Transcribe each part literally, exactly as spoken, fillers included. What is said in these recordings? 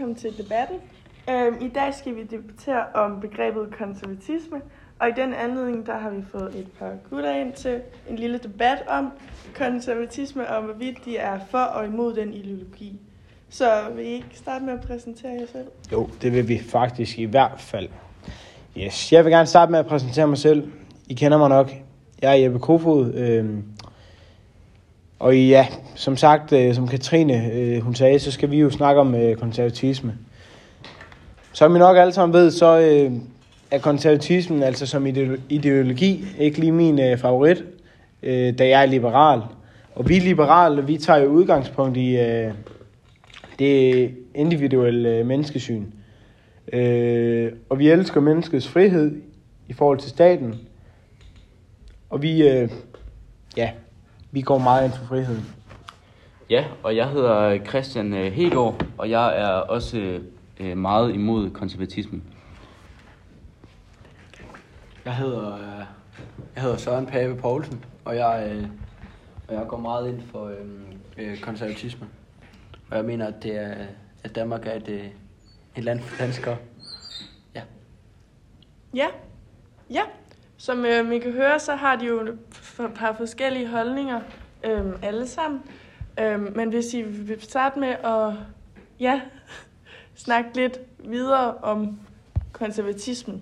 velkommen til debatten. Øhm, I dag skal vi debattere om begrebet konservatisme, og i den anledning, der har vi fået et par gutter ind til en lille debat om konservatisme, og hvorvidt de er for og imod den ideologi. Så vil I ikke starte med at præsentere jer selv? Jo, det vil vi faktisk i hvert fald. Yes, jeg vil gerne starte med at præsentere mig selv. I kender mig nok. Jeg er Jeppe Kofod. Øh, og ja, som sagt, øh, som Katrine øh, hun sagde, så skal vi jo snakke om øh, konservatisme. Som I nok alle sammen ved, så øh, er konservatismen altså som ideologi ikke lige min øh, favorit, øh, da jeg er liberal. Og vi liberale, vi tager jo udgangspunkt i øh, det individuelle øh, menneskesyn. Øh, og vi elsker menneskets frihed i forhold til staten. Og vi, øh, ja, vi går meget ind for friheden. Ja, og jeg hedder Christian Hegaard, og jeg er også øh, meget imod konservatismen. Jeg hedder, jeg hedder Søren Pape Poulsen, og jeg, øh, og jeg går meget ind for øh, konservatisme. Og jeg mener, at, det er, at Danmark er et, et land for danskere. Ja. Ja, ja. Som øh, I kan høre, så har de jo et par forskellige holdninger, øh, alle sammen. Øh, men hvis I vil starte med at ja, snakke lidt videre om konservatismen.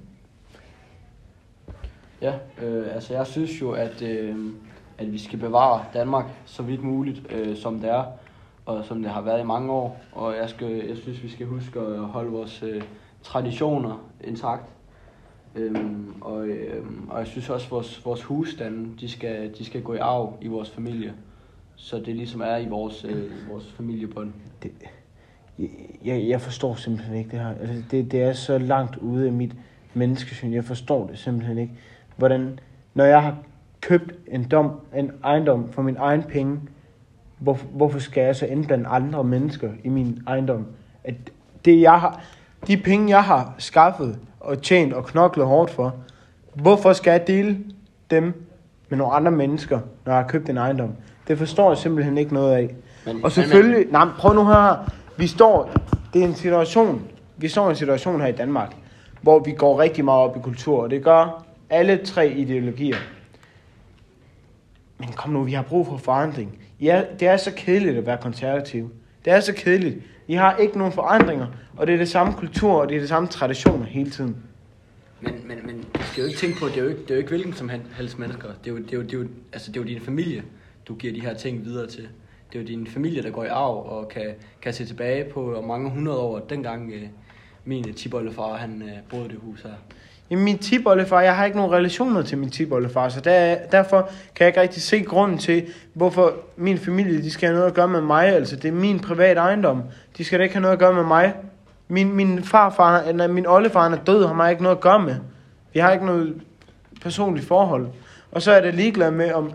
Ja, øh, altså jeg synes jo, at, øh, at vi skal bevare Danmark så vidt muligt, øh, som det er, og som det har været i mange år. Og jeg, skal, jeg synes, vi skal huske at holde vores øh, traditioner intakt. Øhm, og, øhm, og jeg synes også, at vores, vores husstande, de skal, de skal gå i arv i vores familie. Så det ligesom er i vores, øh, vores familiebånd. Det, jeg, jeg forstår simpelthen ikke det her. Altså, det, det er så langt ude af mit menneskesyn. Jeg forstår det simpelthen ikke. Hvordan, når jeg har købt en, dom, en ejendom for min egen penge, hvor, hvorfor skal jeg så indblande andre mennesker i min ejendom? At det, jeg har, de penge, jeg har skaffet og tjent og knoklet hårdt for, hvorfor skal jeg dele dem med nogle andre mennesker, når jeg har købt en ejendom? Det forstår jeg simpelthen ikke noget af. Men, og selvfølgelig, men, men, nej, prøv nu her, vi står, det er en situation, vi står i en situation her i Danmark, hvor vi går rigtig meget op i kultur, og det gør alle tre ideologier. Men kom nu, vi har brug for forandring. Ja, det er så kedeligt at være konservativ. Det er så kedeligt. I har ikke nogen forandringer, og det er det samme kultur, og det er det samme traditioner hele tiden. Men, men, men du skal jo ikke tænke på, at det er jo ikke, det er jo ikke hvilken som helst mennesker. Det er jo, det er jo, det er jo, altså det er jo din familie, du giver de her ting videre til. Det er jo din familie, der går i arv og kan, kan se tilbage på mange hundrede år. Dengang øh, min tipoldefar, han øh, boede i det hus her. Jamen, min tipoldefar, jeg har ikke nogen relationer til min tipoldefar, så der, derfor kan jeg ikke rigtig se grunden til, hvorfor min familie, de skal have noget at gøre med mig. Altså, det er min private ejendom. De skal da ikke have noget at gøre med mig. Min, min farfar, eller min oldefar, han er død, har mig ikke noget at gøre med. Vi har ikke noget personligt forhold. Og så er det ligeglad med, om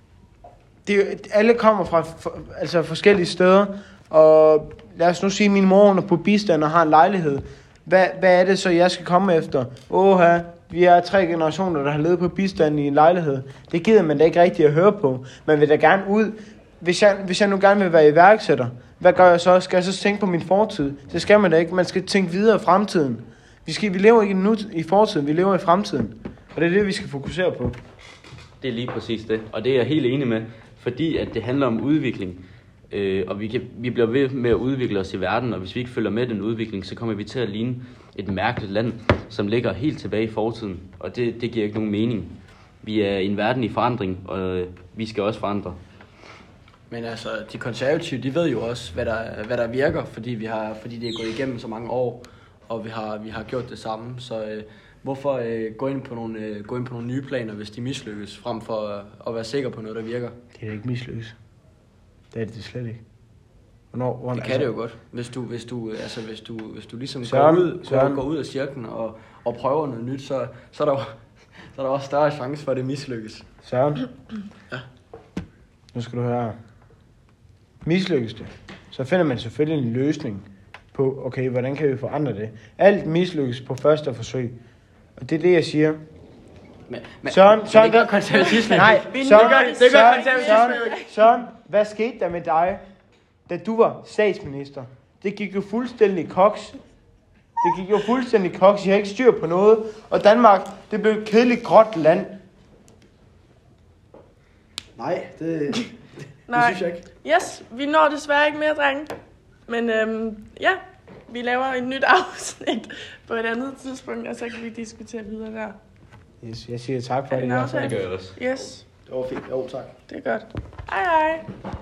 det, alle kommer fra for, altså forskellige steder, og lad os nu sige, at min mor er på bistand og har en lejlighed. Hvad, hvad er det så, jeg skal komme efter? Åha, vi er tre generationer, der har levet på bistand i en lejlighed. Det gider man da ikke rigtig at høre på. Man vil da gerne ud. Hvis jeg, hvis jeg nu gerne vil være iværksætter, hvad gør jeg så? Skal jeg så tænke på min fortid? Det skal man da ikke. Man skal tænke videre i fremtiden. Vi, skal, vi lever ikke nu i fortiden, vi lever i fremtiden. Og det er det, vi skal fokusere på. Det er lige præcis det. Og det er jeg helt enig med. Fordi at det handler om udvikling. Øh, og vi, kan, vi bliver ved med at udvikle os i verden. Og hvis vi ikke følger med den udvikling, så kommer vi til at ligne et mærkeligt land, som ligger helt tilbage i fortiden. Og det, det giver ikke nogen mening. Vi er i en verden i forandring, og vi skal også forandre. Men altså, de konservative, de ved jo også, hvad der, hvad der virker, fordi, vi har, fordi det er gået igennem så mange år, og vi har, vi har gjort det samme. Så øh, hvorfor øh, gå, ind på nogle, øh, gå ind på nogle nye planer, hvis de mislykkes, frem for øh, at være sikker på noget, der virker? Det er da ikke mislykkes. Det er det slet ikke. Hvornår, hvornår, det kan altså, det jo godt, hvis du, hvis du, altså, hvis du, hvis du ligesom Søren, går, ud, Søren. går, går ud af cirklen og, og prøver noget nyt, så, så, er der, så er der også større chance for, at det mislykkes. Søren, ja. Nu skal du høre. Mislykkes det, så finder man selvfølgelig en løsning på, okay, hvordan kan vi forandre det? Alt mislykkes på første forsøg. Og det er det, jeg siger. Men, men, Søren, men Søren, det gør konservatismen. Nej, det Søren, gør, det gør Søren, konservatismen. Søren, Søren, hvad skete der med dig, da du var statsminister? det gik jo fuldstændig koks. Det gik jo fuldstændig koks. I har ikke styr på noget. Og Danmark, det blev et kedeligt gråt land. Nej, det, det Nej. synes jeg ikke. Yes, vi når desværre ikke mere, drenge. Men øhm, ja, vi laver et nyt afsnit på et andet tidspunkt, og så kan vi diskutere videre der. Yes, jeg siger tak for Er det. det en i hvert fald. aftale? Det gør jeg også. Yes, Det var fint. Jo, tak. det er godt. Hej hej.